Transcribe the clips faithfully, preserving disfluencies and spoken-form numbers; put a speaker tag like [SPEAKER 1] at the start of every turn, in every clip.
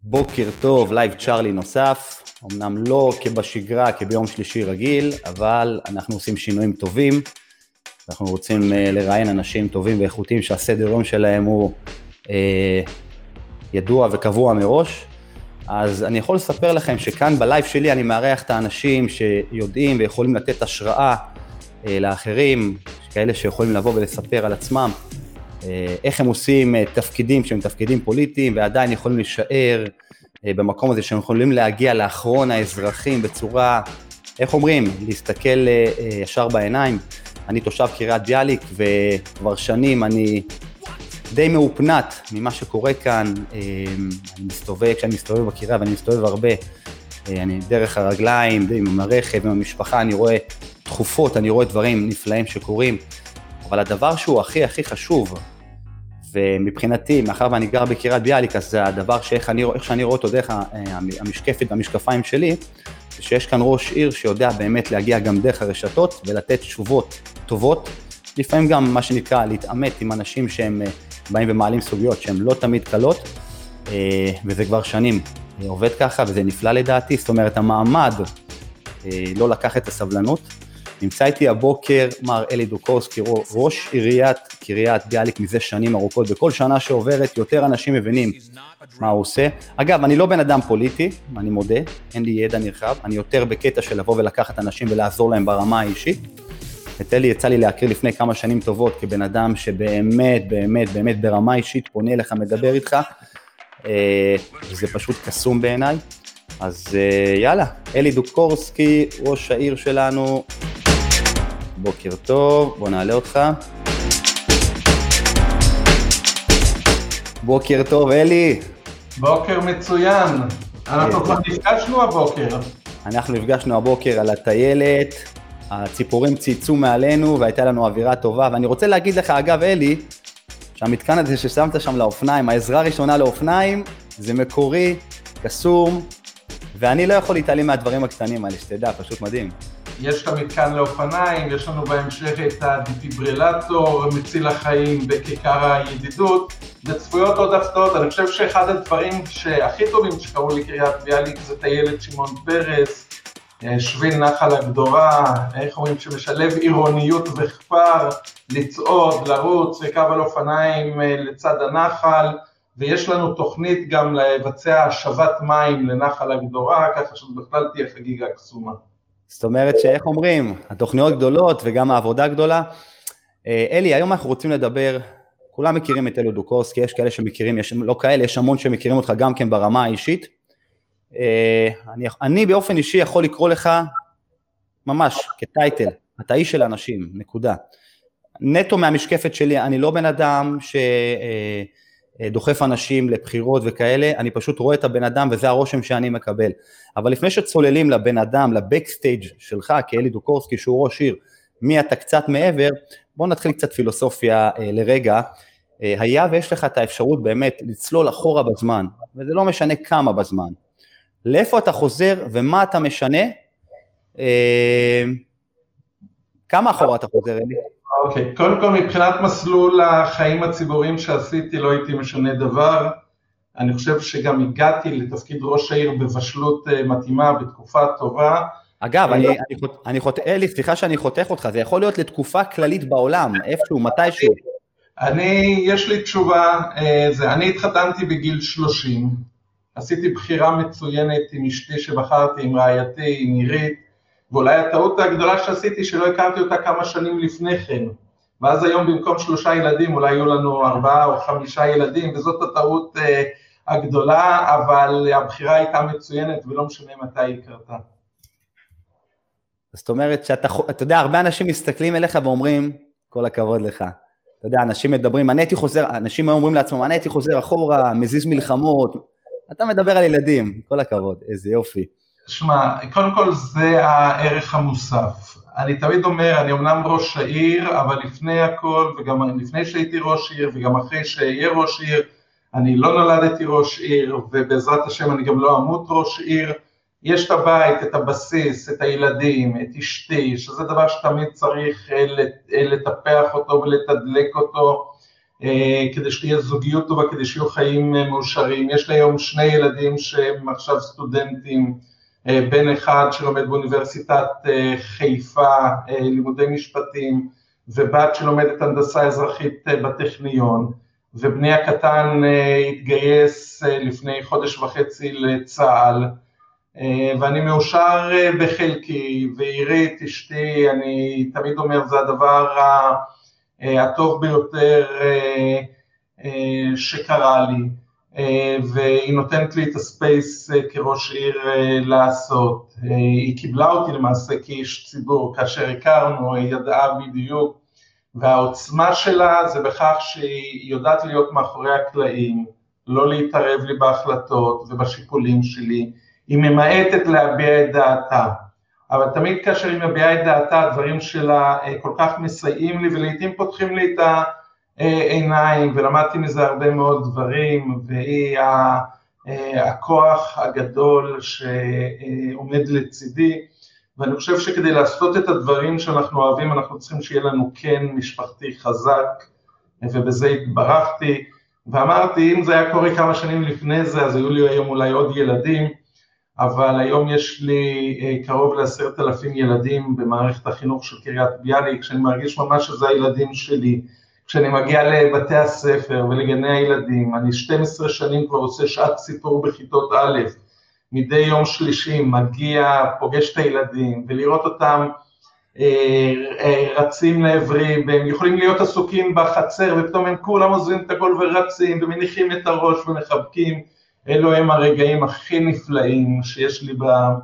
[SPEAKER 1] בוקר טוב, לייב צ'רלי נוסף, אמנם לא כבשגרה, כביום שלישי רגיל, אבל אנחנו עושים שינויים טובים, אנחנו רוצים לראיין אנשים טובים ואיכותיים שהסדר יום שלהם הוא אה, ידוע וקבוע מראש, אז אני יכול לספר לכם שכאן בלייב שלי אני מארח את האנשים שיודעים ויכולים לתת השראה אה, לאחרים, כאלה שיכולים לבוא ולספר על עצמם, איך הם עושים תפקידים שהם תפקידים פוליטיים ועדיין יכולים להישאר במקום הזה שהם יכולים להגיע לאחרון האזרחים בצורה, איך אומרים, להסתכל ישר בעיניים. אני תושב קריית ביאליק וכבר שנים אני די מאופנת ממה שקורה כאן, אני מסתובב, כשאני מסתובב בקריה ואני מסתובב הרבה, אני דרך הרגליים, עם הרכב, עם המשפחה, אני רואה תחופות, אני רואה דברים נפלאים שקורים, אבל הדבר שהוא הכי הכי חשוב, ומבחינתי, מאחר ואני גר בקריית ביאליק, אז זה הדבר שאיך אני, איך שאני רואה אותו דרך המשקפת והמשקפיים שלי, זה שיש כאן ראש עיר שיודע באמת להגיע גם דרך הרשתות, ולתת תשובות טובות, לפעמים גם מה שנקרא להתעמת עם אנשים שהם באים ומעלים סוגיות שהן לא תמיד קלות, וזה כבר שנים עובד ככה, וזה נפלא לדעתי, זאת אומרת המעמד לא לקח את הסבלנות, נמצא איתי הבוקר מר אלי דוקורסקי, ראש עיריית קריית ביאליק מזה שנים ארוכות, וכל שנה שעוברת יותר אנשים מבינים מה הוא עושה. אגב, אני לא בן אדם פוליטי, אני מודה, אין לי ידע נרחב, אני יותר בקטע של לבוא ולקחת אנשים ולעזור להם ברמה האישית. את אלי יצא לי להכיר לפני כמה שנים טובות, כבן אדם שבאמת, באמת, באמת ברמה אישית פונה אליך, מדבר איתך, וזה פשוט קסום בעיניי. אז יאללה, אלי דוקורסקי, ראש העיר שלנו, בוקר טוב, בוא נעלה אותך. בוקר טוב, אלי.
[SPEAKER 2] בוקר מצוין. אנחנו כבר נפגשנו הבוקר.
[SPEAKER 1] אנחנו נפגשנו הבוקר על הטיילת, הציפורים צייצו מעלינו והייתה לנו אווירה טובה, ואני רוצה להגיד לך, אגב, אלי, שהמתקן הזה ששמת שם לאופניים, העזרה הראשונה לאופניים, זה מקורי, קסום, ואני לא יכול להתעלם מהדברים הקטנים האלה, שתדע, פשוט מדהים.
[SPEAKER 2] יש את המתקן לאופניים, יש לנו בהמשך את הדיפיברילטור, מציל החיים בכיכר הידידות, וצפויות עוד הפתעות. אני חושב שאחד הדברים שהכי טובים שקראו לקריית ביאליק זה טיילת שמעון פרס, שביל נחל הגדורה, איך אומרים, שמשלב עירוניות וכפר, לצעוד, לרוץ, וקו על אופניים לצד הנחל, ויש לנו תוכנית גם לבצע השבת מים לנחל הגדורה, ככה שבכלל תהיה חגיגה קסומה.
[SPEAKER 1] זאת אומרת שאיך אומרים, התוכניות גדולות וגם העבודה גדולה. אלי, היום אנחנו רוצים לדבר, כולם מכירים את אלי דוקורסקי, יש כאלה שמכירים, יש לא כאלה, יש המון שמכירים אותך גם כן ברמה האישית. אני, אני באופן אישי יכול לקרוא לך ממש כטייטל, אתה איש של אנשים, נקודה. נטו מהמשקפת שלי, אני לא בן אדם ש... דוחף אנשים לבחירות וכאלה, אני פשוט רואה את הבן אדם וזה הרושם שאני מקבל. אבל לפני שצוללים לבן אדם, לבקסטייג' שלך, כאלי דוקורסקי שהוא ראש עיר, מי אתה קצת מעבר, בואו נתחיל קצת פילוסופיה אה, לרגע. אה, היה ויש לך את האפשרות באמת לצלול אחורה בזמן, וזה לא משנה כמה בזמן. לאיפה אתה חוזר ומה אתה משנה? אה, כמה אחורה אתה חוזר, אלי?
[SPEAKER 2] אוקיי, okay. קודם כל מבחינת מסלול החיים הציבוריים שעשיתי לא הייתי משנה דבר, אני חושב שגם הגעתי לתפקיד ראש העיר בבשלות מתאימה בתקופה טובה.
[SPEAKER 1] אגב, אני, אני, אני חותך, אלי, סליחה שאני חותך אותך, זה יכול להיות לתקופה כללית בעולם, איפשהו, מתישהו.
[SPEAKER 2] אני, יש לי תשובה, זה, אני התחתנתי בגיל שלושים, עשיתי בחירה מצוינת עם אשתי שבחרתי, עם רעייתי, עם נירית, ואולי הטעות הגדולה שעשיתי שלא הכרתי אותה כמה שנים לפני כן, ואז היום במקום שלושה ילדים אולי יהיו לנו ארבעה או חמישה ילדים, וזאת הטעות אה, הגדולה, אבל הבחירה הייתה מצוינת ולא משנה מתי היא קרתה.
[SPEAKER 1] זאת אומרת שאתה, אתה יודע, הרבה אנשים מסתכלים אליך ואומרים, כל הכבוד לך, אתה יודע, אנשים מדברים, אני הייתי חוזר, אנשים אומרים לעצמם, אני הייתי חוזר אחורה, מזיז מלחמות, אתה מדבר על ילדים, כל הכבוד, איזה יופי.
[SPEAKER 2] שמע, קודם כל זה הערך המוסף. אני תמיד אומר, אני אמנם ראש העיר, אבל לפני הכל, וגם לפני שהייתי ראש עיר, וגם אחרי שיהיה ראש עיר, אני לא נולדתי ראש עיר, ובעזרת השם אני גם לא אמות ראש עיר. יש את הבית, את הבסיס, את הילדים, את אשתי, שזה דבר שתמיד צריך לטפח אותו ולתדלק אותו. כדי שתהיה זוגיות טובה, כדי שיהיו חיים מאושרים. יש לי היום שני ילדים שהם עכשיו סטודנטים, בן אחד שלומד באוניברסיטת חיפה, לימודי משפטים, ובת שלומדת הנדסה אזרחית בטכניון, ובני הקטן התגייס לפני חודש וחצי לצה"ל, ואני מאושר בחלקי, ועירית אשתי, אני תמיד אומר, זה הדבר הטוב ביותר שקרה לי, והיא נותנת לי את הספייס כראש עיר לעשות. היא קיבלה אותי למעשה כאיש ציבור, כאשר הכרנו, היא ידעה בדיוק, והעוצמה שלה זה בכך שהיא יודעת להיות מאחורי הקלעים, לא להתערב לי בהחלטות ובשיקולים שלי, היא ממעטת להביע את דעתה, אבל תמיד כאשר היא מביעה את דעתה, הדברים שלה כל כך מסייעים לי, ולעיתים פותחים לי את העיניים, ולמדתי מזה הרבה מאוד דברים, והיא הכוח הגדול שעומד לצידי, ואני חושב שכדי לעשות את הדברים שאנחנו אוהבים, אנחנו צריכים שיהיה לנו כן משפחתי חזק, ובזה התברכתי, ואמרתי, אם זה היה קורה כמה שנים לפני זה, אז היו לי היום אולי עוד ילדים, אבל היום יש לי קרוב לעשרת אלפים ילדים במערכת החינוך של קריית ביאליק, כשאני מרגיש ממש שזה הילדים שלי, כשאני מגיע לבתי הספר ולגני הילדים, אני שתים עשרה שנים כבר עושה שעת סיפור בכיתות א', מדי יום שלישי מגיע, פוגש את הילדים, ולראות אותם אה, אה, רצים לעברי, והם יכולים להיות עסוקים בחצר, ופתאום הם כולם עוזבים את הכל ורצים, ומניחים את הראש ומחבקים, אלו הם הרגעים הכי נפלאים שיש לי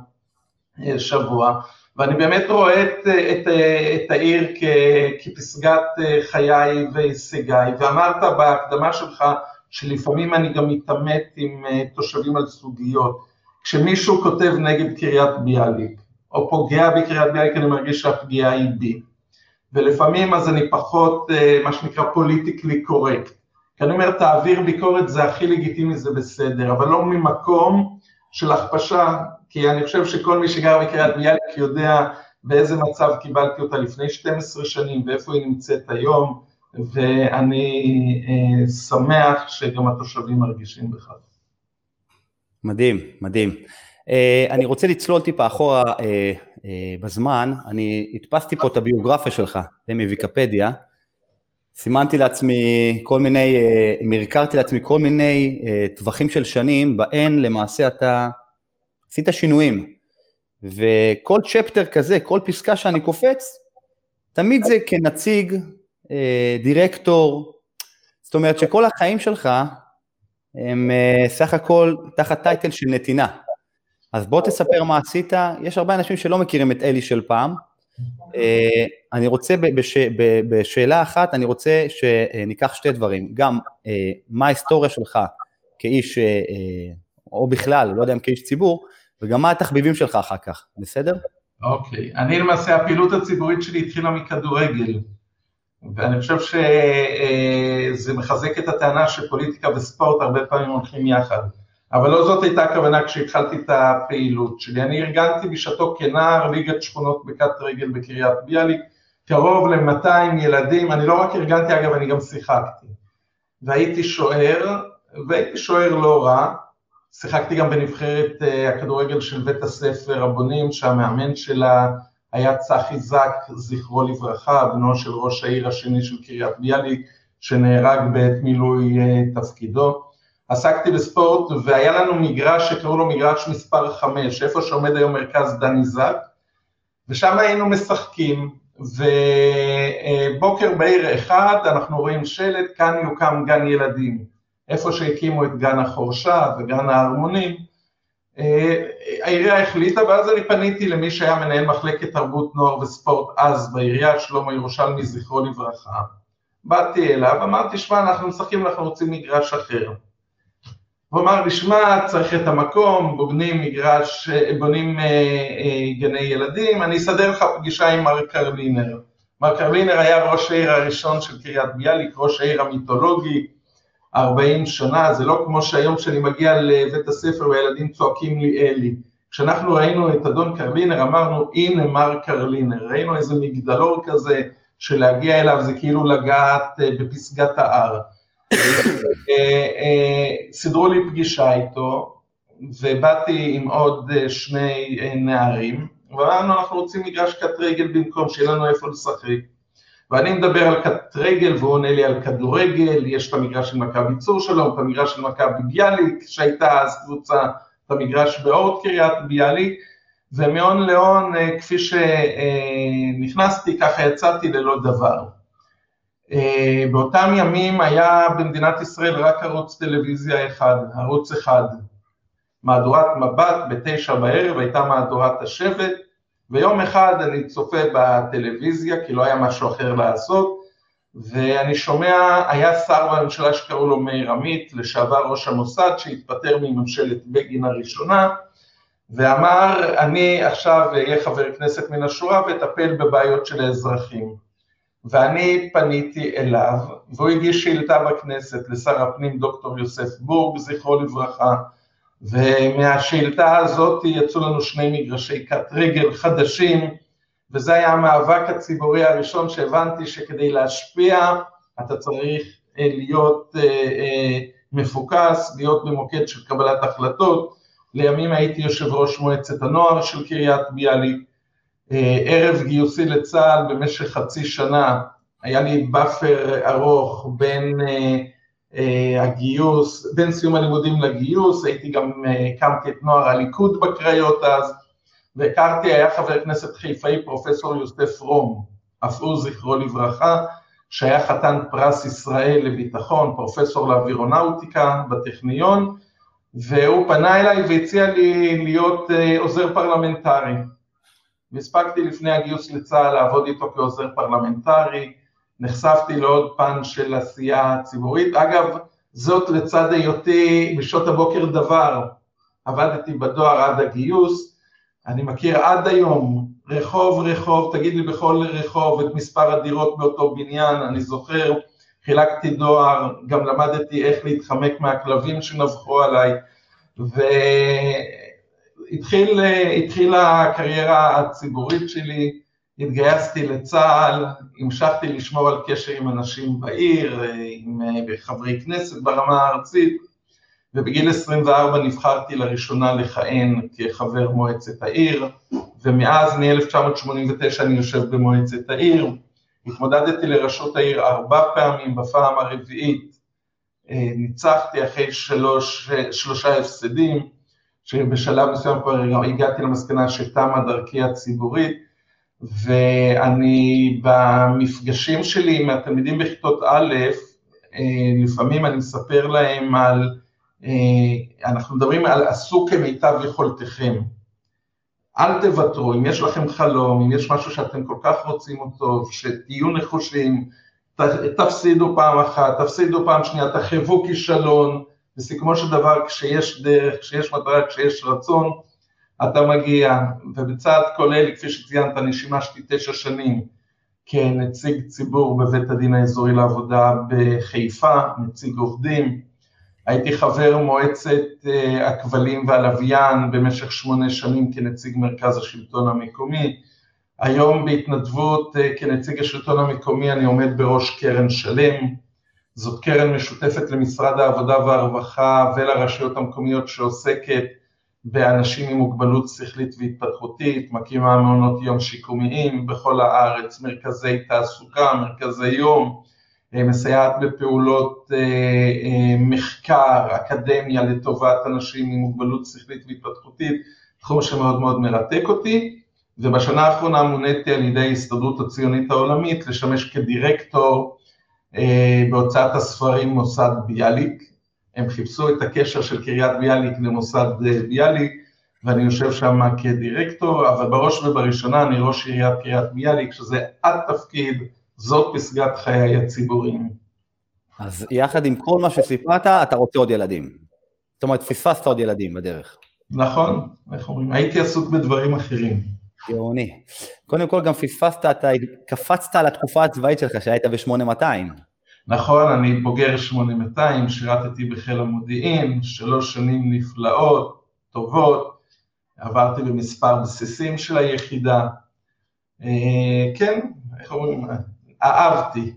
[SPEAKER 2] בשבוע, ואני באמת רואה את, את, את העיר כ, כפסגת חיי והישגיי, ואמרת בהקדמה שלך, שלפעמים אני גם מתעמת עם תושבים על סוגיות, כשמישהו כותב נגד קריית ביאליק, או פוגע בקריית ביאליק, אני מרגיש שהפגיעה היא בי, ולפעמים אז אני פחות, מה שנקרא פוליטיקלי קורקט, כי אני אומר, תעביר ביקורת זה הכי לגיטימי, זה בסדר, אבל לא ממקום של הכפשה, כי אני חושב שכל מי שגר בקריית ביאליק יודע באיזה מצב קיבלתי אותה לפני שתים עשרה שנים, ואיפה היא נמצאת היום, ואני אה, שמח שגם התושבים מרגישים בכך.
[SPEAKER 1] מדהים, מדהים. Uh, אני רוצה לצלול טיפה אחורה uh, uh, בזמן, אני הדפסתי פה את הביוגרפיה שלך, זה מוויקיפדיה, סימנתי לעצמי כל מיני, uh, מרקרתי לעצמי כל מיני uh, טווחים של שנים, בהן למעשה אתה עשית שינויים, וכל צ'פטר כזה, כל פסקה שאני קופץ, תמיד זה כנציג, uh, דירקטור, זאת אומרת שכל החיים שלך, הם uh, סך הכל תחת טייטל של נתינה, אז בוא תספר מה עשית, יש הרבה אנשים שלא מכירים את אלי של פעם, אני רוצה בש, בשאלה אחת, אני רוצה שניקח שתי דברים, גם מה ההיסטוריה שלך כאיש, או בכלל, לא יודע אם כאיש ציבור, וגם מה התחביבים שלך אחר כך, בסדר?
[SPEAKER 2] אוקיי, אני למעשה הפעילות הציבורית שלי התחילה מכדורגל, ואני חושב שזה מחזק את הטענה שפוליטיקה וספורט הרבה פעמים הולכים יחד, אבל לא זאת הייתה הכוונה כשהתחלתי את הפעילות שלי. אני ארגנתי בשעתו כנער ליגת שכונות בקט רגל בקריית ביאליק, קרוב ל-מאתיים ילדים, אני לא רק ארגנתי, אגב, אני גם שיחקתי. והייתי שוער, והייתי שוער לא רע, שיחקתי גם בנבחרת הכדורגל של בית הספר הבונים, שהמאמן שלה היה צחי זק, זכרו לברכה, בנו של ראש העיר השני של קריית ביאליק, שנהרג בעת מילוי תפקידו. עסקתי בספורט, והיה לנו מגרש שקראו לו מגרש מספר חמש, איפה שעומד היום מרכז דני זק, ושם היינו משחקים, ובוקר בעיר אחד אנחנו רואים שלט, כאן יוקם גן ילדים, איפה שהקימו את גן החורשה וגן ההרמונים, העירייה החליטה, ואז אני פניתי למי שהיה מנהל מחלקת תרבות נוער וספורט אז בעירייה, שלמה ירושלמי זכרו לברכה, באתי אליו, אמרתי, שמע, אנחנו משחקים, אנחנו רוצים מגרש אחר, הוא אמר, נשמע, צריך את המקום, בונים מגרש, בונים אה, אה, גני ילדים, אני אסדר לך פגישה עם מר קרלינר. מר קרלינר היה ראש העיר הראשון של קריית ביאליק, ראש העיר המיתולוגי, ארבעים שנה, זה לא כמו שהיום שאני מגיע לבית הספר והילדים צועקים לי אלי. כשאנחנו ראינו את אדון קרלינר, אמרנו, הנה מר קרלינר, ראינו איזה מגדלור כזה, שלהגיע אליו זה כאילו לגעת בפסגת ההר. סידרו לי פגישה איתו, ובאתי עם עוד שני נערים, ואמרנו אנחנו רוצים מגרש קט רגל במקום שיהיה לנו איפה לשחק. ואני מדבר על קט רגל, והוא עונה לי על כדורגל, יש את המגרש של מכבי צור שלום, את המגרש של מכבי ביאליק, שהייתה אז קבוצה, את המגרש באורט קריית ביאליק, ומהון להון, כפי שנכנסתי, ככה יצאתי ללא דבר. באותם ימים היה במדינת ישראל רק ערוץ טלוויזיה אחד, ערוץ אחד. מהדורת מבט בתשע בערב, הייתה מהדורת השבט, ויום אחד אני צופה בטלוויזיה, כי לא היה משהו אחר לעשות, ואני שומע, היה שר בממשלה שקראו לו מאיר עמית, לשעבר ראש המוסד, שהתפטר מממשלת בגין הראשונה, ואמר, אני עכשיו אהיה חבר כנסת מן השורה, וטפל בבעיות של האזרחים. ואני פניתי אליו, והוא הגיש שאילתה בכנסת לשר הפנים דוקטור יוסף בורג, זכרו לברכה, ומהשאילתה הזאת יצאו לנו שני מגרשי קט רגל חדשים, וזה היה המאבק הציבורי הראשון שהבנתי שכדי להשפיע, אתה צריך להיות מפוקס, להיות במוקד של קבלת החלטות. לימים הייתי יושב ראש מועצת הנוער של קריית ביאליק, ערב גיוסי לצה"ל במשך חצי שנה, היה לי באפר ארוך בין הגיוס, בין סיום הלימודים לגיוס, הייתי גם, הקמתי את נוער הליכוד בקריות אז, והכרתי, היה חבר כנסת חיפאי פרופסור יוסף רום, אף הוא זכרו לברכה, שהיה חתן פרס ישראל לביטחון, פרופסור לאווירונאוטיקה בטכניון, והוא פנה אליי והציע לי להיות עוזר פרלמנטרי. והספקתי לפני הגיוס לצה"ל לעבוד איתו כעוזר פרלמנטרי, נחשפתי לעוד פן של עשייה ציבורית, אגב, זאת לצד היותי בשעות הבוקר דבר, עבדתי בדואר עד הגיוס, אני מכיר עד היום, רחוב רחוב, תגיד לי בכל רחוב את מספר הדירות באותו בניין, אני זוכר, חילקתי דואר, גם למדתי איך להתחמק מהכלבים שנבחו עליי, והתחילה הקריירה הציבורית שלי, התגייסתי לצה"ל, המשכתי לשמור על קשר עם אנשים בעיר, עם חברי כנסת ברמה הארצית, ובגיל עשרים וארבע נבחרתי לראשונה לכהן כחבר מועצת העיר, ומאז מ-אלף תשע מאות שמונים ותשע אני יושב במועצת העיר, התמודדתי לראשות העיר ארבע פעמים, בפעם הרביעית ניצחתי אחרי שלוש, שלושה הפסדים, שבשלב מסוים כבר הגעתי למסקנה שתמה דרכי הציבורית, ואני במפגשים שלי עם התלמידים בכיתות א', לפעמים אני מספר להם על, אנחנו מדברים על עשו כמיטב יכולתכם, אל תוותרו, אם יש לכם חלום, אם יש משהו שאתם כל כך רוצים אותו, שתהיו נחושים, תפסידו פעם אחת, תפסידו פעם שנייה, תחוו כישלון, בסיכומו של דבר כשיש דרך, כשיש מטרה, כשיש רצון, אתה מגיע, ובצד כל אלה, כפי שציינת, אני שימשתי תשע שנים כנציג ציבור בבית הדין האזורי לעבודה בחיפה, נציג עובדים, הייתי חבר מועצת הכבלים והלוויין במשך שמונה שנים כנציג מרכז השלטון המקומי, היום בהתנדבות כנציג השלטון המקומי אני עומד בראש קרן שלם, זאת קרן משותפת למשרד העבודה והרווחה ולרשויות המקומיות שעוסקת באנשים עם מוגבלות שכלית והתפתחותית, מקימה מעונות יום שיקומיים בכל הארץ, מרכזי תעסוקה, מרכזי יום, מסייעת בפעולות מחקר, אקדמיה לטובת אנשים עם מוגבלות שכלית והתפתחותית, תחום שמאוד מאוד מרתק אותי, ובשנה האחרונה מוניתי על ידי ההסתדרות הציונית העולמית לשמש כדירקטור בהוצאת הספרים מוסד ביאליק, הם חיפשו את הקשר של קריית ביאליק למוסד ביאליק, ואני יושב שם כדירקטור, אבל בראש ובראשונה אני ראש עיריית קריית ביאליק, שזה עד תפקיד, זאת פסגת חיי הציבוריים.
[SPEAKER 1] אז יחד עם כל מה שסיפרת, אתה רוצה עוד ילדים. זאת אומרת, פספסת עוד ילדים בדרך.
[SPEAKER 2] נכון, איך אומרים, הייתי עסוק בדברים אחרים.
[SPEAKER 1] גאוני. קודם כל גם פספסת, אתה קפצת על התקופה הצבאית שלך, שהיית ב-שמונה מאתיים.
[SPEAKER 2] נכון, אני בוגר שמונה מאתיים, שירתתי בחיל המודיעין, שלוש שנים נפלאות, טובות, עברתי במספר בסיסים של היחידה. כן, איך אומרים, אהבתי.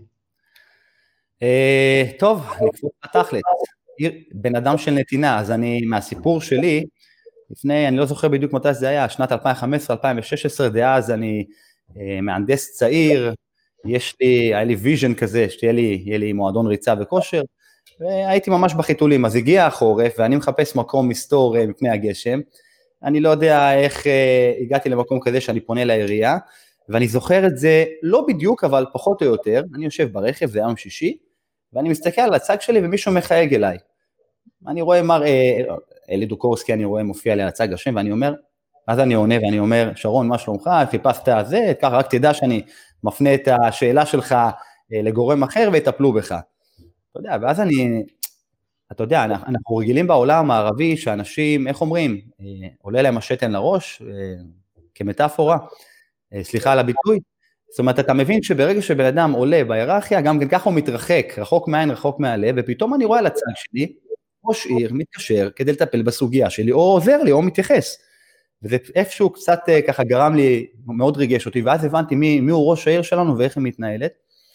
[SPEAKER 1] טוב, נקפוץ לתכלת, בן אדם של נתינה, אז אני, מהסיפור שלי, לפני, אני לא זוכר בדיוק מתי זה היה, שנת אלפיים וחמש עשרה אלפיים ושש עשרה, דאז אני מהנדס צעיר, יש לי, היה לי ויז'ן כזה, שתהיה לי, יהיה לי מועדון ריצה וכושר, והייתי ממש בחיתולים, אז הגיע החורף, ואני מחפש מקום מסתור מפני הגשם, אני לא יודע איך הגעתי למקום כזה שאני פונה לעירייה, ואני זוכר את זה לא בדיוק, אבל פחות או יותר, אני יושב ברכב, זה יום שישי, ואני מסתכל על הצג שלי, ומישהו מחייג אליי. אני רואה מר, אלי דוקורסקי, אני רואה מופיע לי על הצג השם, ואני אומר, אז אני עונה, ואני אומר, שרון, מה שלומך? חיפשת זה, ככה רק תדע שאני מפנה את השאלה שלך לגורם אחר, ויטפלו בך. אתה יודע, ואז אני, אתה יודע, אנחנו רגילים בעולם הערבי, שאנשים, איך אומרים, עולה להם השתן לראש, כמטאפורה, סליחה על הביטוי, זאת אומרת, אתה מבין שברגע שבן אדם עולה בהיררכיה, גם כן ככה הוא מתרחק, רחוק מהעין, רחוק מהלב, ופתאום אני רואה על הצג שלי, ראש עיר מתקשר כדי לטפל בסוגיה שלי, או עוזר לי, או מתייחס, וזה איפשהו קצת ככה גרם לי, מאוד ריגש אותי, ואז הבנתי מי, מי הוא ראש העיר שלנו, ואיך היא מתנהלת,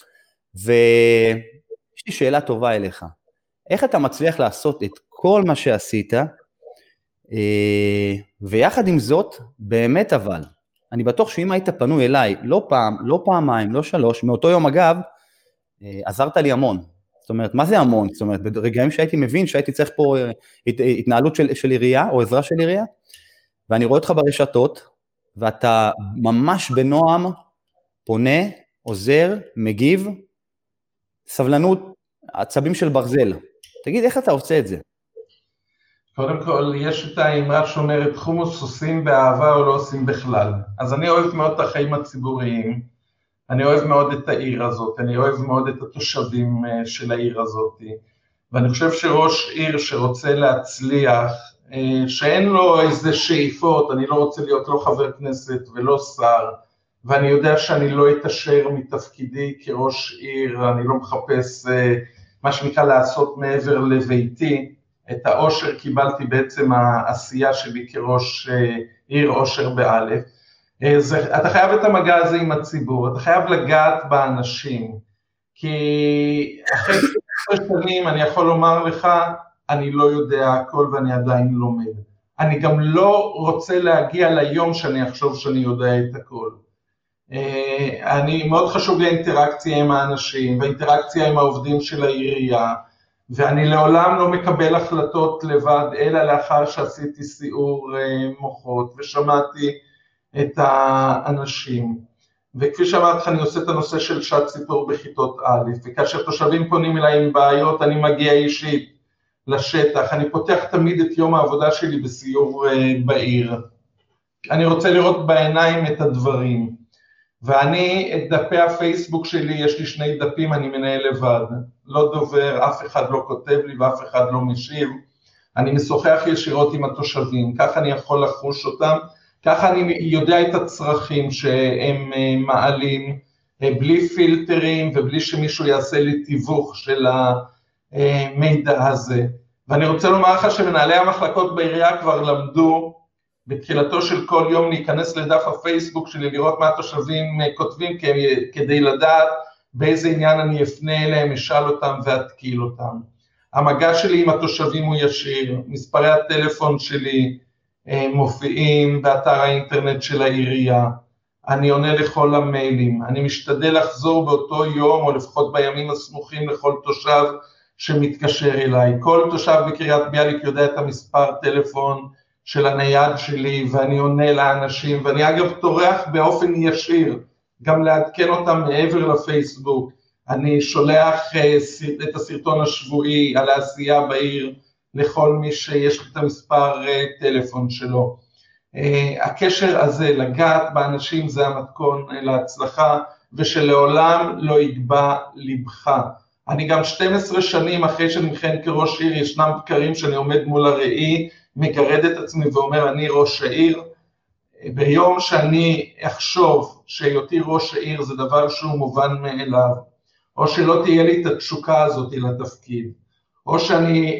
[SPEAKER 1] ויש לי שאלה טובה אליך, איך אתה מצליח לעשות את כל מה שעשית, ויחד עם זאת, באמת אבל, אני בטוח שאם היית פנוי אליי, לא פעם, לא פעמיים, לא שלוש, מאותו יום אגב, עזרת לי המון. זאת אומרת, מה זה המון? זאת אומרת, ברגעים שהייתי מבין שהייתי צריך פה התנהלות של, של עירייה, או עזרה של עירייה, ואני רואה אותך ברשתות, ואתה ממש בנועם, פונה, עוזר, מגיב, סבלנות, עצבים של ברזל. תגיד, איך אתה עושה את זה?
[SPEAKER 2] קודם כל, יש את האמרה שאומרת, חומוס עושים באהבה או לא עושים בכלל. אז אני אוהב מאוד את החיים הציבוריים, אני אוהב מאוד את העיר הזאת, אני אוהב מאוד את התושבים של העיר הזאת, ואני חושב שראש עיר שרוצה להצליח, שאין לו איזה שאיפות, אני לא רוצה להיות לא חבר כנסת ולא שר, ואני יודע שאני לא אתאשר מתפקידי כראש עיר, אני לא מחפש מה שנקרא לעשות מעבר לביתי, את האושר קיבלתי בעצם העשייה שלי כראש עיר אושר באלף. זה, אתה חייב את המגע הזה עם הציבור, אתה חייב לגעת באנשים, כי אחרי עשר שנים אני יכול לומר לך, אני לא יודע הכל ואני עדיין לומד. אני גם לא רוצה להגיע ליום שאני אחשוב שאני יודע את הכל. אני מאוד חשוב לי האינטראקציה עם האנשים, והאינטראקציה עם העובדים של העירייה, ואני לעולם לא מקבל החלטות לבד, אלא לאחר שעשיתי סיעור מוחות, ושמעתי את האנשים. וכפי שאמרתי לך, אני עושה את הנושא של שעת סיפור בכיתות א', וכאשר תושבים פונים אליי עם בעיות, אני מגיע אישית לשטח, אני פותח תמיד את יום העבודה שלי בסיור בעיר. אני רוצה לראות בעיניים את הדברים. ואני, את דפי הפייסבוק שלי, יש לי שני דפים, אני מנהל לבד, לא דובר, אף אחד לא כותב לי ואף אחד לא משיב, אני משוחח ישירות עם התושבים, ככה אני יכול לחוש אותם, ככה אני יודע את הצרכים שהם מעלים, בלי פילטרים ובלי שמישהו יעשה לי תיווך של המידע הזה. ואני רוצה לומר לך שמנהלי המחלקות בעירייה כבר למדו, בתחילתו של כל יום להיכנס לדף הפייסבוק שלי, לראות מה התושבים כותבים, כדי לדעת באיזה עניין אני אפנה אליהם, אשאל אותם ואתקיל אותם. המגע שלי עם התושבים הוא ישיר, מספרי הטלפון שלי מופיעים באתר האינטרנט של העירייה, אני עונה לכל המיילים, אני משתדל לחזור באותו יום, או לפחות בימים הסמוכים לכל תושב שמתקשר אליי. כל תושב בקריית ביאליק יודע את המספר טלפון, של הנייד שלי, ואני עונה לאנשים, ואני אגב טורח באופן ישיר, גם לעדכן אותם מעבר לפייסבוק, אני שולח את הסרטון השבועי על העשייה בעיר, לכל מי שיש את המספר טלפון שלו. הקשר הזה, לגעת באנשים, זה המתכון להצלחה, ושלעולם לא יגבה לבך. אני גם שתים עשרה שנים אחרי שאני מכהן כראש עיר, ישנם בקרים שאני עומד מול הראי, מגרד את עצמי ואומר, אני ראש העיר, ביום שאני אחשוב שהיותי ראש העיר זה דבר שהוא מובן מאליו, או שלא תהיה לי את התשוקה הזאת לתפקיד, או שאני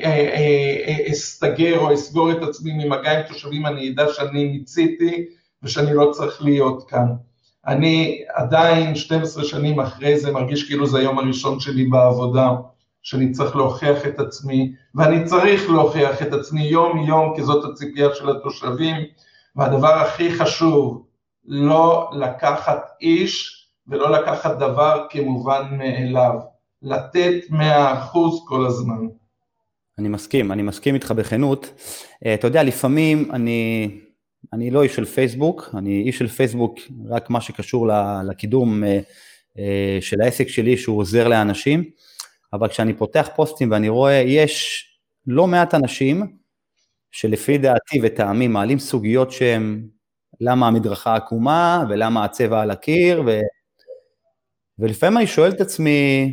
[SPEAKER 2] אסתגר או אסגור את עצמי ממגע עם תושבים, אני ידע שאני מיציתי ושאני לא צריך להיות כאן. אני עדיין שתים עשרה שנים אחרי זה מרגיש כאילו זה היום הראשון שלי בעבודה, שאני צריך להוכיח את עצמי, ואני צריך להוכיח את עצמי יום יום, כי זאת הציפייה של התושבים, והדבר הכי חשוב, לא לקחת איש, ולא לקחת דבר כמובן מאליו, לתת מאה אחוז כל הזמן.
[SPEAKER 1] אני מסכים, אני מסכים איתך בכנות. אתה יודע, לפעמים אני, אני לא איש של פייסבוק, אני איש של פייסבוק רק מה שקשור לקידום של העסק שלי, שהוא עוזר לאנשים, אבל כשאני פותח פוסטים ואני רואה, יש לא מעט אנשים, שלפי דעתי וטעמי מעלים סוגיות שהם, למה המדרכה עקומה, ולמה הצבע על הקיר, ו... ולפעמים אני שואל את עצמי,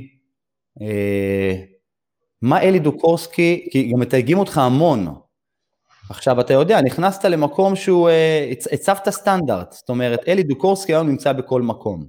[SPEAKER 1] אה, מה אלי דוקורסקי, כי גם מתייגים אותך המון, עכשיו אתה יודע, נכנסת למקום שהוא, אה, הצבת סטנדרט, זאת אומרת, אלי דוקורסקי היום נמצא בכל מקום,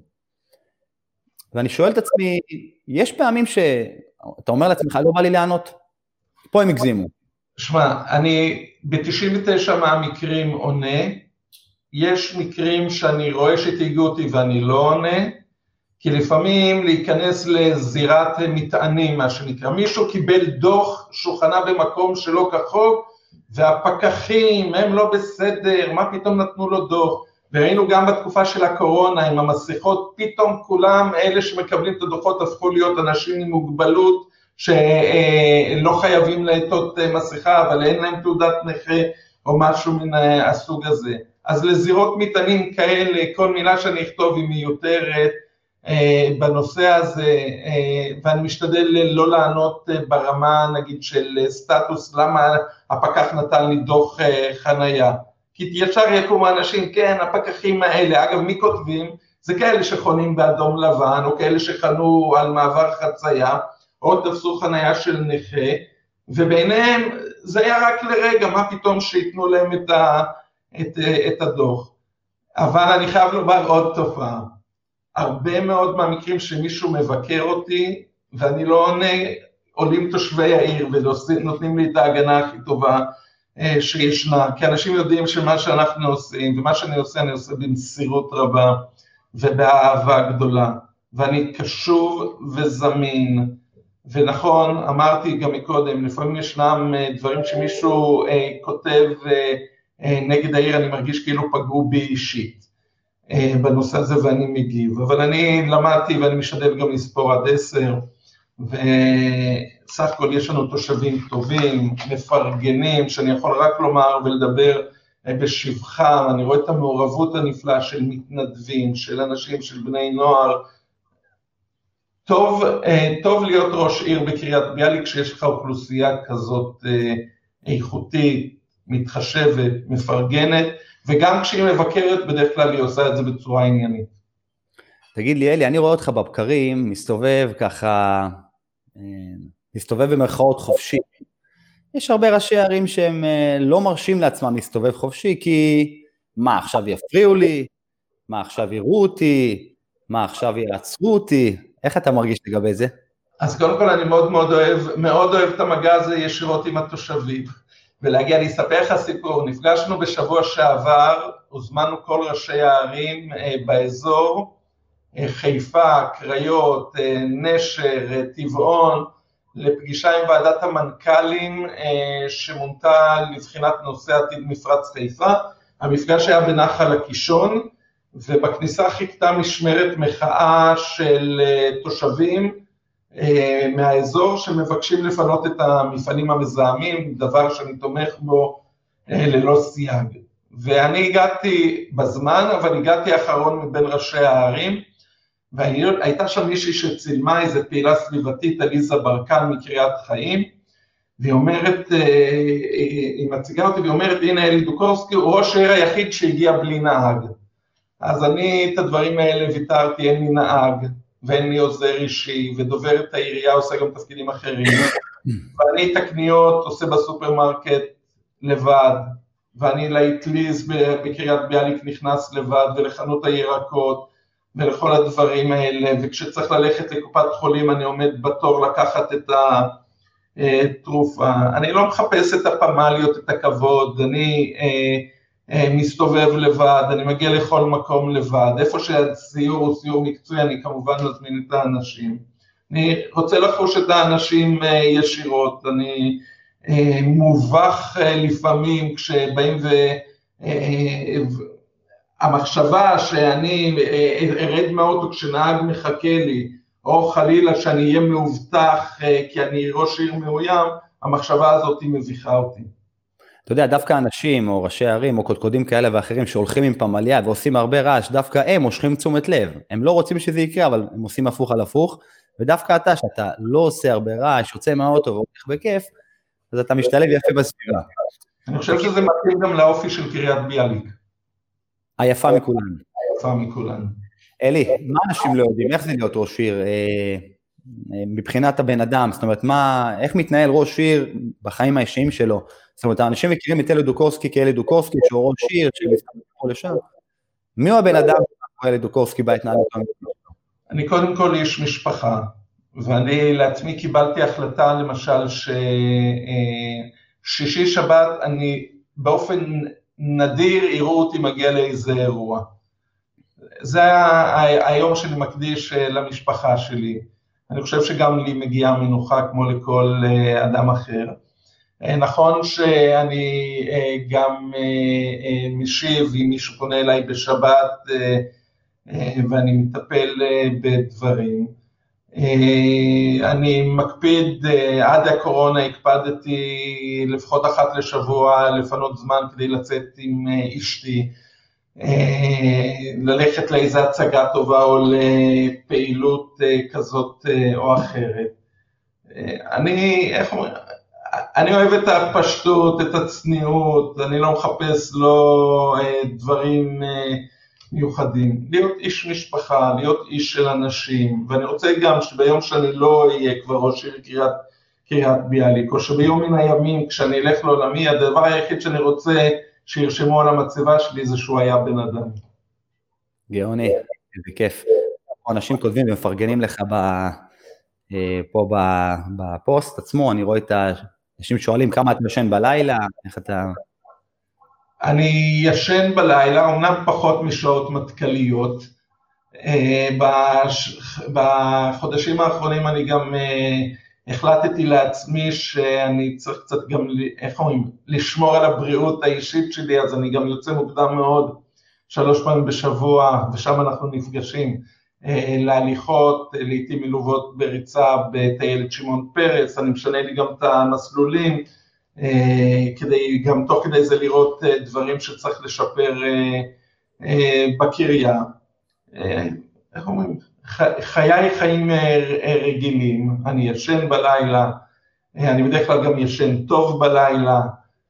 [SPEAKER 1] ואני שואל את עצמי, יש פעמים שאתה אומר לעצמך, לא בא לי לענות, פה הם הגזימו.
[SPEAKER 2] שמע, אני ב-תשעים ותשע מהמקרים עונה, יש מקרים שאני רואה שתהיגו אותי ואני לא עונה, כי לפעמים להיכנס לזירת מטענים, מה שנקרא, מישהו קיבל דוח שולחנה במקום שלא כחוק, והפקחים הם לא בסדר, מה פתאום נתנו לו דוח, וראינו גם בתקופה של הקורונה עם המסכות, פתאום כולם אלה שמקבלים את הדוחות הפכו להיות אנשים עם מוגבלות, שלא חייבים לעטות מסכה, אבל אין להם תעודת נכה או משהו מן הסוג הזה. אז לזירות מטענים כאלה, כל מילה שאני אכתוב היא מיותרת בנושא הזה, ואני משתדל לא לענות ברמה נגיד של סטטוס, למה הפקח נתן לי דוח חנייה. כי ישר יקום האנשים, כן, הפקחים האלה, אגב מי כותבים? זה כאלה שחונים באדום לבן, או כאלה שחנו על מעבר חצייה, או תפסו חנייה של נכה, וביניהם זה היה רק לרגע, מה פתאום שיתנו להם את, ה, את, את הדוח. אבל אני חייב לומר עוד תופעה, הרבה מאוד מהמקרים שמישהו מבקר אותי, ואני לא עונה, עולים תושבי העיר ונותנים לי את ההגנה הכי טובה שישנה, כי אנשים יודעים שמה שאנחנו עושים, ומה שאני עושה אני עושה במסירות רבה, ובאהבה גדולה, ואני קשוב וזמין, ונכון, אמרתי גם מקודם, לפעמים ישנם דברים שמישהו אה, כותב אה, אה, נגד העיר, אני מרגיש כאילו פגעו בי אישית אה, בנושא הזה ואני מגיב, אבל אני למדתי ואני משתדל גם לספור עד עשר, וסך הכל יש לנו תושבים טובים, מפרגנים, שאני יכול רק לומר ולדבר אה, בשבחם, אני רואה את המעורבות הנפלאה של מתנדבים, של אנשים, של בני נוער, טוב, טוב להיות ראש עיר בקריית ביאליק כשיש לך אוכלוסייה כזאת איכותית, מתחשבת, מפרגנת, וגם כשהיא מבקרת בדרך כלל היא עושה את זה בצורה עניינית.
[SPEAKER 1] תגיד לי אלי, אני רואה אותך בבקרים, מסתובב ככה, מסתובב במרכאות חופשי. יש הרבה ראשי ערים שהם לא מרשים לעצמם להסתובב חופשי, כי מה עכשיו יפריעו לי, מה עכשיו יראו אותי, מה עכשיו יעצרו אותי, איך אתה מרגיש לגבי זה?
[SPEAKER 2] אז קודם כל אני מאוד מאוד אוהב, מאוד אוהב את המגע הזה ישירות עם התושבים, ולהגיע, אני אספר לך סיפור, נפגשנו בשבוע שעבר, הוזמנו כל ראשי הערים אה, באזור, אה, חיפה, קריות, אה, נשר, אה, טבעון, לפגישה עם ועדת המנכ"לים אה, שמונתה לבחינת נושא עתיד מפרץ חיפה, המפגש היה בנחל הקישון, ובכניסה חיכתה משמרת מחאה של תושבים מהאזור שמבקשים לפנות את המפעלים המזהמים, דבר שאני תומך בו ללא סייג. ואני הגעתי בזמן, אבל הגעתי האחרון מבין ראשי הערים, והייתה שם מישהי שצילמה איזו פעילה סביבתית, אליזה ברקן מקריית חיים, והיא אומרת, היא מציגה אותי, והיא אומרת, הנה אלי דוקורסקי, הוא ראש העיר היחיד שהגיע בלי נהג. אז אני את הדברים האלה ויתרתי, אין לי נהג, ואין לי עוזר אישי, ודובר את העירייה עושה גם תפקידים אחרים, ואני את הקניות עושה בסופרמרקט לבד, ואני לאטליז בקריית ביאליק נכנס לבד, ולחנות הירקות, ולכל הדברים האלה, וכשצריך ללכת לקופת חולים אני עומד בתור לקחת את התרופה, אני לא מחפש את הפמליות, את הכבוד, אני... מסתובב לבד, אני מגיע לכל מקום לבד, איפה שהסיור הוא סיור מקצועי, אני כמובן מזמין את האנשים. אני רוצה לחוש את האנשים ישירות, אני מובך לפעמים כשבאים והמחשבה שאני ארד מהאוטו כשנהג מחכה לי, או חלילה שאני אהיה מאובטח כי אני ראש עיר מאוים, המחשבה הזאת היא מביכה אותי.
[SPEAKER 1] אתה יודע, דווקא אנשים או ראשי ערים או קודקודים כאלה ואחרים שהולכים עם פמליה ועושים הרבה רעש, דווקא הם מושכים תשומת לב. הם לא רוצים שזה יקרה, אבל הם עושים הפוך על הפוך, ודווקא אתה, שאתה לא עושה הרבה רעש, יוצא מהאוטו והולך בכיף, אז אתה משתלב יפה בסביבה.
[SPEAKER 2] אני חושב שזה מתאים גם לאופי של קריית ביאליק.
[SPEAKER 1] היפה מכולן.
[SPEAKER 2] היפה מכולן.
[SPEAKER 1] אלי, מה אנשים לא יודעים? איך זה להיות ראש עיר? מבחינת הבן אדם, זאת אומרת, מה, איך מתנהל ראש עיר בחיים האישיים שלו? זאת אומרת, האנשים מכירים את אלי דוקורסקי כאלי דוקורסקי, שהוא ראש עיר, שמסתכל פה לשם. מי הוא הבן אדם כמו אלי דוקורסקי בהתנהלות האמיתית שלו?
[SPEAKER 2] אני קודם כל איש משפחה, ואני לעצמי קיבלתי החלטה, למשל, ששישי שבת, אני באופן נדיר יראו אותי מגיע לאיזה אירוע. זה היום שאני מקדיש למשפחה שלי. אני חושב שגם לי מגיעה מנוחה כמו לכל אדם אחר. נכון שאני גם משיב אם מישהו פונה אליי בשבת ואני מטפל בדברים. אני מקפיד, עד הקורונה הקפדתי לפחות אחת לשבוע לפנות זמן כדי לצאת עם אשתי, ללכת לאיזו הצגה טובה או לפעילות כזאת או אחרת. אני, איך אומרים, אני אוהב את הפשטות, את הצניעות, אני לא מחפש לא דברים מיוחדים. להיות איש משפחה, להיות איש של אנשים, ואני רוצה גם שביום שאני לא אהיה כבר ראש עיר קריית, קריית ביאליק, או שביום מן הימים כשאני אלך לעולמי, הדבר היחיד שאני רוצה שירשמו על המצבה שלי זה שהוא היה בן אדם.
[SPEAKER 1] גאוני, זה כיף. אנשים כותבים ומפרגנים לך ב, פה בפוסט עצמו, אני רואה את האנשים שואלים כמה אתה ישן בלילה, איך אתה...
[SPEAKER 2] אני ישן בלילה, אומנם פחות משעות מתקליות, בחודשים האחרונים אני גם החלטתי לעצמי שאני צריך קצת גם, איך אומרים, לשמור על הבריאות האישית שלי, אז אני גם יוצא מוקדם מאוד, שלוש פעמים בשבוע, ושם אנחנו נפגשים להליכות, לעתים מלוות בריצה בטיילת שמעון פרס, אני משנה לי גם את המסלולים, כדי, גם תוך כדי זה לראות דברים שצריך לשפר בקריה. איך אומרים? חיי חיים רגילים, אני ישן בלילה, אני בדרך כלל גם ישן טוב בלילה,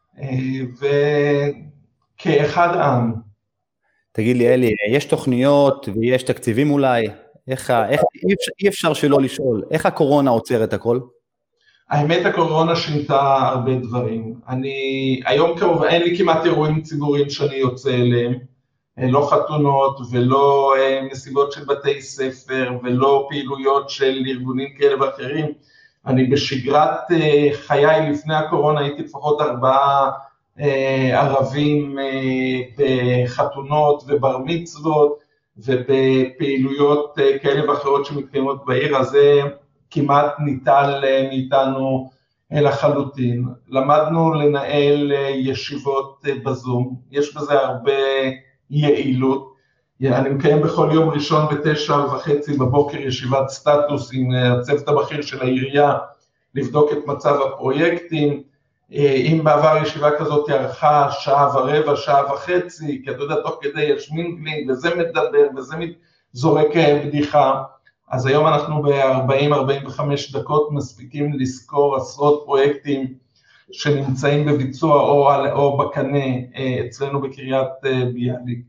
[SPEAKER 2] וכאחד עם.
[SPEAKER 1] תגיד לי אלי, יש תוכניות ויש תקציבים אולי? איך, איך, אי אפשר, אי אפשר שלא לשאול, איך הקורונה עוצרת הכל?
[SPEAKER 2] האמת, הקורונה שינתה הרבה דברים. אני, היום כמובן, אין לי כמעט אירועים ציבוריים שאני יוצא אליהם, לא חתונות ולא מסיבות של בתי ספר ולא פעילויות של ארגונים כאלה ואחרים. אני בשגרת חיי לפני הקורונה הייתי לפחות ארבעה ערבים בחתונות ובר מצוות ובפעילויות כאלה ואחרות שמתקיימות בעיר, אז זה כמעט ניטל מאיתנו לחלוטין. למדנו לנהל ישיבות בזום, יש בזה הרבה יעילות. אני מקיים בכל יום ראשון בתשע וחצי בבוקר ישיבת סטטוס עם הצוות הבכיר של העירייה, לבדוק את מצב הפרויקטים. אם בעבר ישיבה כזאת יערכה שעה ורבע, שעה וחצי, כי אתה יודע, תוך כדי יש מינגלינג, וזה מדבר, וזה זורק בדיחה, אז היום אנחנו ב-ארבעים עד ארבעים וחמש דקות מספיקים לזכור עשרות פרויקטים שנמצאים בביצוע או, או בקנה אצלנו בקריית ביאליק.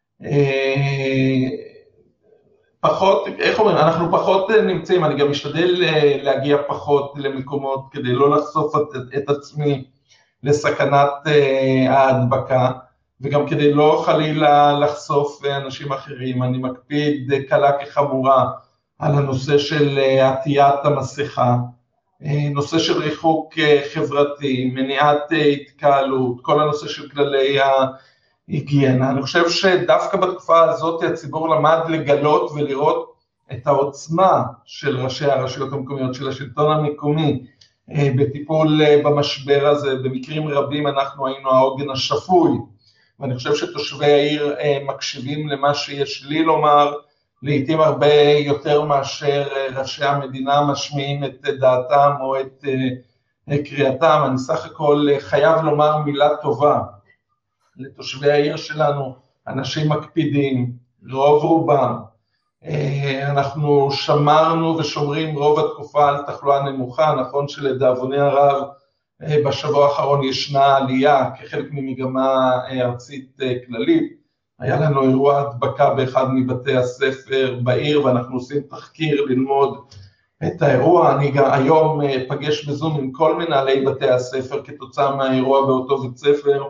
[SPEAKER 2] פחות, איך אומרים, אנחנו פחות נמצאים, אני גם משתדל להגיע פחות למקומות כדי לא לחשוף את, את עצמי לסכנת ההדבקה, וגם כדי לא חלילה לחשוף אנשים אחרים. אני מקפיד קלה כחמורה על הנושא של עטיית המסכה, נושא של ריחוק חברתי, מניעת התקהלות, כל הנושא של כללי היגיינה. אני חושב שדווקא בתקופה הזאת הציבור למד לגלות ולראות את העוצמה של ראשי הרשויות המקומיות, של השלטון המקומי, בטיפול במשבר הזה. במקרים רבים אנחנו היינו העוגן השפוי, ואני חושב שתושבי העיר מקשיבים למה שיש לי לומר, לעתים הרבה יותר מאשר ראשי המדינה משמיעים את דעתם או את קריאתם. אני סך הכל חייב לומר מילה טובה לתושבי העיר שלנו, אנשים מקפידים, רוב רובם. אנחנו שמרנו ושומרים רוב התקופה על תחלואה נמוכה, נכון שלדאבוני הרב בשבוע האחרון ישנה עלייה כחלק ממגמה ארצית כללית. היה לנו אירוע הדבקה באחד מבתי הספר בעיר, ואנחנו עושים תחקיר ללמוד את האירוע. אני גם היום פגש בזום עם כל מנהלי בתי הספר כתוצאה מהאירוע באותו בית ספר,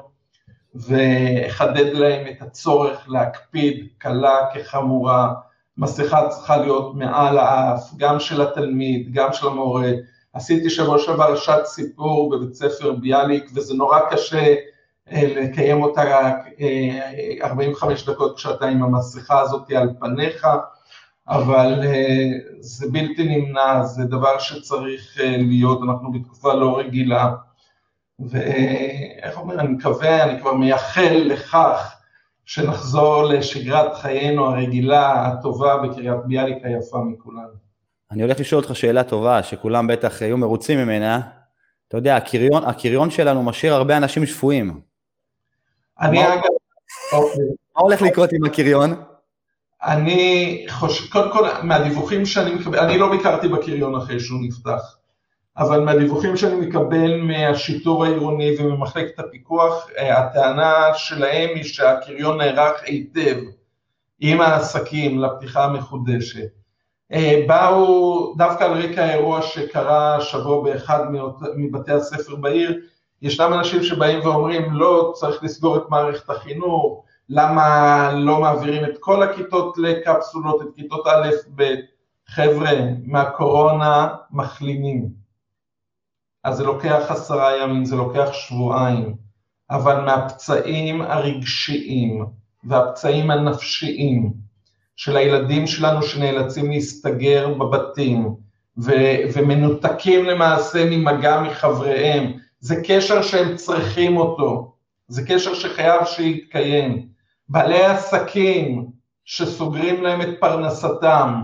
[SPEAKER 2] וחדד להם את הצורך להקפיד קלה כחמורה. מסכה צריכה להיות מעל האף, גם של התלמיד, גם של המורה. עשיתי שבוע שעבר שעת סיפור בבית ספר ביאליק, וזה נורא קשה לקיים אותה רק ארבעים וחמש דקות כשאתה עם המסכה הזאת על פניך, אבל זה בלתי נמנע, זה דבר שצריך להיות. אנחנו בתקופה לא רגילה, ואיך אומר, אני מקווה, אני כבר מייחל לכך שנחזור לשגרת חיינו הרגילה, הטובה בקריית ביאליק היפה מכולנו.
[SPEAKER 1] אני הולך לשאול אותך שאלה טובה, שכולם בטח היו מרוצים ממנה. אתה יודע, הקריון, הקריון שלנו משאיר הרבה אנשים שפויים.
[SPEAKER 2] אני אגב...
[SPEAKER 1] מה הולך לקרות עם הקריון?
[SPEAKER 2] אני חושב, קודם כל, מהדיווחים שאני מקבל, אני לא ביקרתי בקריון אחרי שהוא נפתח, אבל מהדיווחים שאני מקבל מהשיטור העירוני וממחלקת הפיקוח, הטענה שלהם היא שהקריון נערך היטב עם העסקים לפתיחה המחודשת. באו דווקא על רקע האירוע שקרה שבוע באחד מבתי הספר בעיר, ישנם אנשים שבאים ואומרים לא, צריך לסגור את מערכת החינוך, למה לא מעבירים את כל הכיתות לקפסולות, את כיתות א' ב', חבר'ה, מהקורונה מחלימים. אז זה לוקח עשרה ימים, זה לוקח שבועיים, אבל מהפצעים הרגשיים והפצעים הנפשיים של הילדים שלנו שנאלצים להסתגר בבתים ו- ומנותקים למעשה ממגע מחבריהם, זה קשר שהם צריכים אותו, זה קשר שחייב שיתקיים. בעלי עסקים שסוגרים להם את פרנסתם,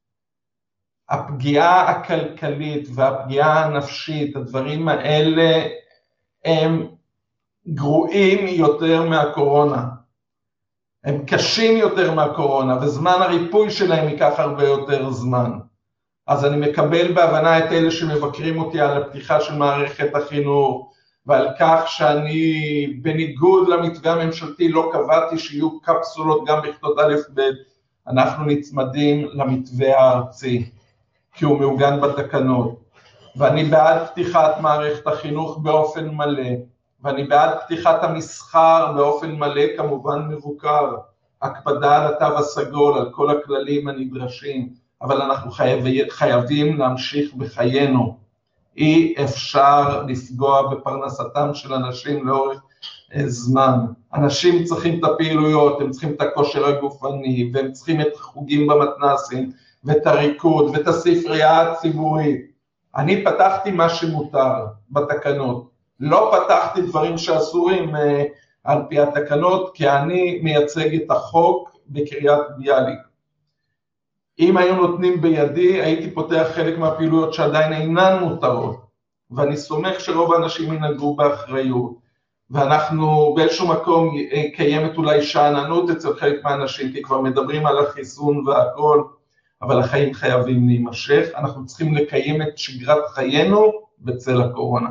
[SPEAKER 2] הפגיעה הכלכלית והפגיעה הנפשית, הדברים האלה הם גרועים יותר מהקורונה. הם קשים יותר מהקורונה, וזמן הריפוי שלהם ייקח הרבה יותר זמן. אז אני מקבל בהבנה את אלה שמבקרים אותי על הפתיחה של מערכת החינוך, ועל כך שאני בניגוד למתווה הממשלתי לא קבעתי שיהיו קפסולות גם בכיתות א' ב', אנחנו נצמדים למתווה הארצי, כי הוא מעוגן בתקנות, ואני בעד פתיחת מערכת החינוך באופן מלא, ואני בעד פתיחת המסחר באופן מלא, כמובן מבוקר, הקפדה על התו הסגול, על כל הכללים הנדרשים, אבל אנחנו חייב, חייבים להמשיך בחיינו. אי אפשר לפגוע בפרנסתם של אנשים לאורך זמן. אנשים צריכים את הפעילויות, הם צריכים את הכושר הגופני, והם צריכים את החוגים במתנסים, ואת הריקוד, ואת הספרייה הציבורית. אני פתחתי מה שמותר בתקנות, לא פתחתי דברים שאסורים אה, על פי התקנות, כי אני מייצג את החוק בקריית ביאליק. אם היו נותנים בידי, הייתי פותח חלק מהפעילויות שעדיין אינן מותרות, ואני סומך שרוב האנשים ינהגו באחריות, ואנחנו באיזשהו מקום קיימת אולי שאננות אצל חלק מהאנשים, כי כבר מדברים על החיסון והכל, אבל החיים חייבים להימשך, אנחנו צריכים לקיים את שגרת חיינו בצל הקורונה.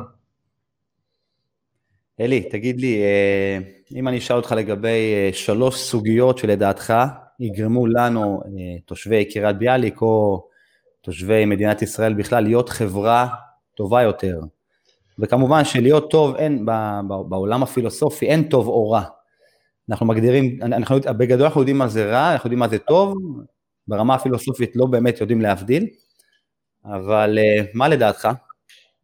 [SPEAKER 1] אלי, תגיד לי, אם אני אשאל אותך לגבי שלוש סוגיות שלדעתך יגרמו לנו, תושבי קריית ביאליק או תושבי מדינת ישראל בכלל, להיות חברה טובה יותר. וכמובן שלהיות טוב, אין, בעולם הפילוסופי, אין טוב או רע. אנחנו מגדירים, אנחנו, בגדול אנחנו יודעים מה זה רע, אנחנו יודעים מה זה טוב, ברמה הפילוסופית לא באמת יודעים להבדיל, אבל מה לדעתך?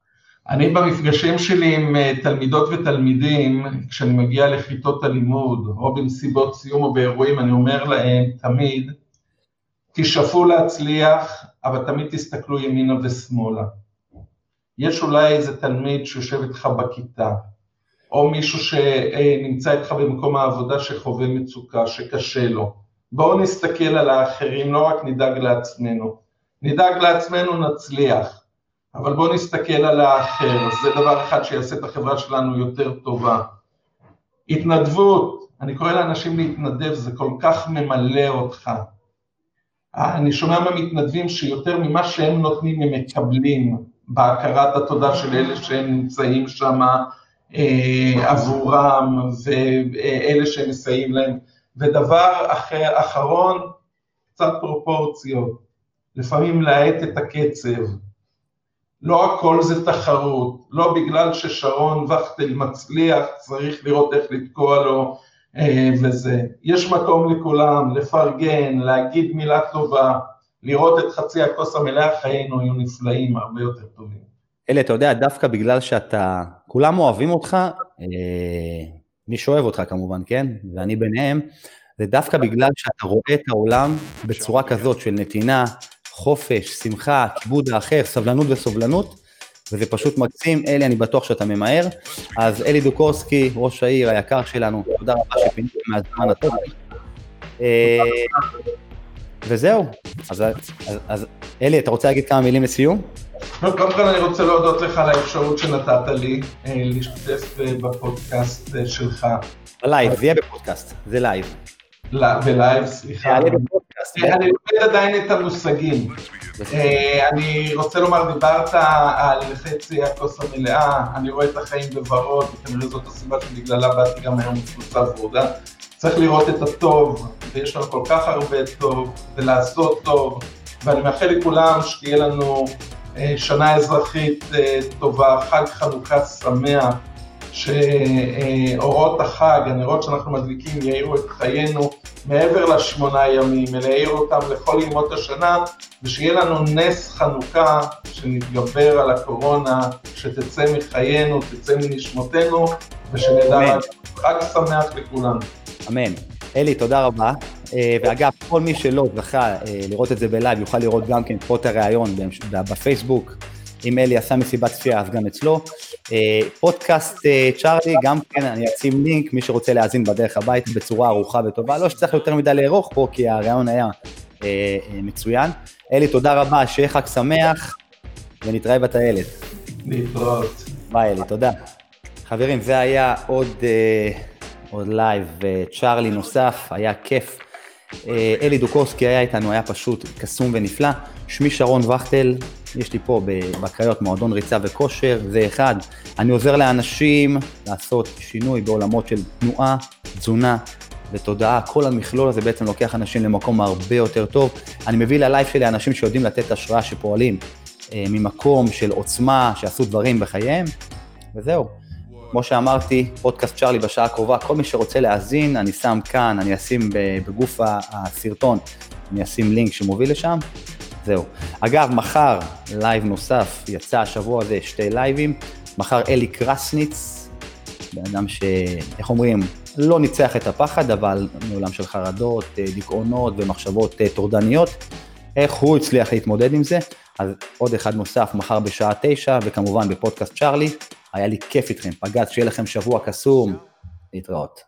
[SPEAKER 2] אני במפגשים שלי עם תלמידות ותלמידים, כשאני מגיע לכיתות הלימוד, או במסיבות סיום או באירועים, אני אומר להם תמיד, תשאפו להצליח, אבל תמיד תסתכלו ימינה ושמאלה. יש אולי איזה תלמיד שיושב איתך בכיתה, או מישהו שנמצא איתך במקום העבודה שחווה מצוקה, שקשה לו. בואו נסתכל על האחרים, לא רק נדאג לעצמנו. נדאג לעצמנו נצליח, אבל בואו נסתכל על האחר, זה דבר אחד שיעשה את החברה שלנו יותר טובה. התנדבות, אני קורא לאנשים להתנדב, זה כל כך ממלא אותך. אני שומע מהמתנדבים שיותר ממה שהם נותנים הם מקבלים בהכרת התודה של אלה שהם נמצאים שם אה, עבורם ואלה שהם מסייעים להם. ודבר אחר, אחרון, קצת פרופורציות, לפעמים להאט את הקצב. לא הכל זה תחרות, לא בגלל ששרון וכטל מצליח, צריך לראות איך לתקוע לו אה, וזה. יש מקום לכולם, לפרגן, להגיד מילה טובה, לראות את חצי הכוס המלאה, חיינו יהיו נפלאים, הרבה יותר טובים.
[SPEAKER 1] אלה, אתה יודע, דווקא בגלל שאתה, כולם אוהבים אותך, אה, מי שאוהב אותך כמובן, כן? ואני ביניהם, זה דווקא בגלל שאתה רואה את העולם בצורה כזאת של נתינה, חופש, שמחה, כיבוד האחר, סבלנות וסובלנות, וזה פשוט מקסים. אלי, אני בטוח שאתה ממהר. אז אלי דוקורסקי, ראש העיר היקר שלנו, תודה רבה שפינית מהזמן הטוב. וזהו. אז, אז, אז אלי, אתה רוצה להגיד כמה מילים לסיום?
[SPEAKER 2] קודם כל אני רוצה להודות לך על האפשרות שנתת לי להשתתף בפודקאסט שלך.
[SPEAKER 1] בלייב, זה יהיה בפודקאסט, זה לייב.
[SPEAKER 2] בלייב, סליחה. אני לומד עדיין את המושגים. אני רוצה לומר, דיברת על חצי הכוס המלאה, אני רואה את החיים בוורוד, וכנראה זאת הסיבה שבגללה באתי גם היום מקבוצה ורודה. צריך לראות את הטוב, ויש לנו כל כך הרבה טוב, ולעשות טוב, ואני מאחל לכולם שתהיה לנו שנה אזרחית טובה, חג חנוכה שמח, שאורות החג, הנרות שאנחנו מדליקים, יאירו את חיינו מעבר לשמונה ימים, אלא יאירו אותם לכל ימות השנה, ושיהיה לנו נס חנוכה שנתגבר על הקורונה, שתצא מחיינו, תצא מנשמותינו, ושנדע חג שמח לכולנו.
[SPEAKER 1] אמן. אלי, תודה רבה. ואגב, כל מי שלא זכה לראות את זה בלייב, יוכל לראות גם כן פה את הרעיון בפייסבוק. אם אלי עשה מסיבת צפייה, אז גם אצלו. פודקאסט צ'ארלי, גם כן אני אשים לינק, מי שרוצה להאזין בדרך הבית בצורה ארוחה וטובה. לא שצריך יותר מדי לארוך פה, כי הרעיון היה מצוין. אלי, תודה רבה, שיהיה חג שמח, ונתראה בטיילת.
[SPEAKER 2] להתראות.
[SPEAKER 1] ביי אלי, תודה. חברים, זה היה עוד... עוד לייב, צ'ארלי נוסף, היה כיף. אלי דוקורסקי היה איתנו, היה פשוט קסום ונפלא. שמי שרון וכטל, יש לי פה בקריות מועדון ריצה וכושר, זה אחד. אני עוזר לאנשים לעשות שינוי בעולמות של תנועה, תזונה ותודעה. כל המכלול הזה בעצם לוקח אנשים למקום הרבה יותר טוב. אני מביא ללייב שלי אנשים שיודעים לתת השראה, שפועלים ממקום של עוצמה, שעשו דברים בחייהם, וזהו. כמו שאמרתי, פודקאסט צ'ארלי בשעה הקרובה, כל מי שרוצה להאזין, אני שם כאן, אני אשים בגוף הסרטון, אני אשים לינק שמוביל לשם, זהו. אגב, מחר לייב נוסף, יצא השבוע הזה שתי לייבים, מחר אלי קרסניץ, באדם ש... איך אומרים, לא ניצח את הפחד, אבל מעולם של חרדות, דיכאונות ומחשבות טורדניות, איך הוא הצליח להתמודד עם זה, אז עוד אחד נוסף מחר בשעה תשע, וכמובן בפודקאסט צ'ארלי, היה לי כיף איתכם, פגז, שיהיה לכם שבוע קסום, להתראות.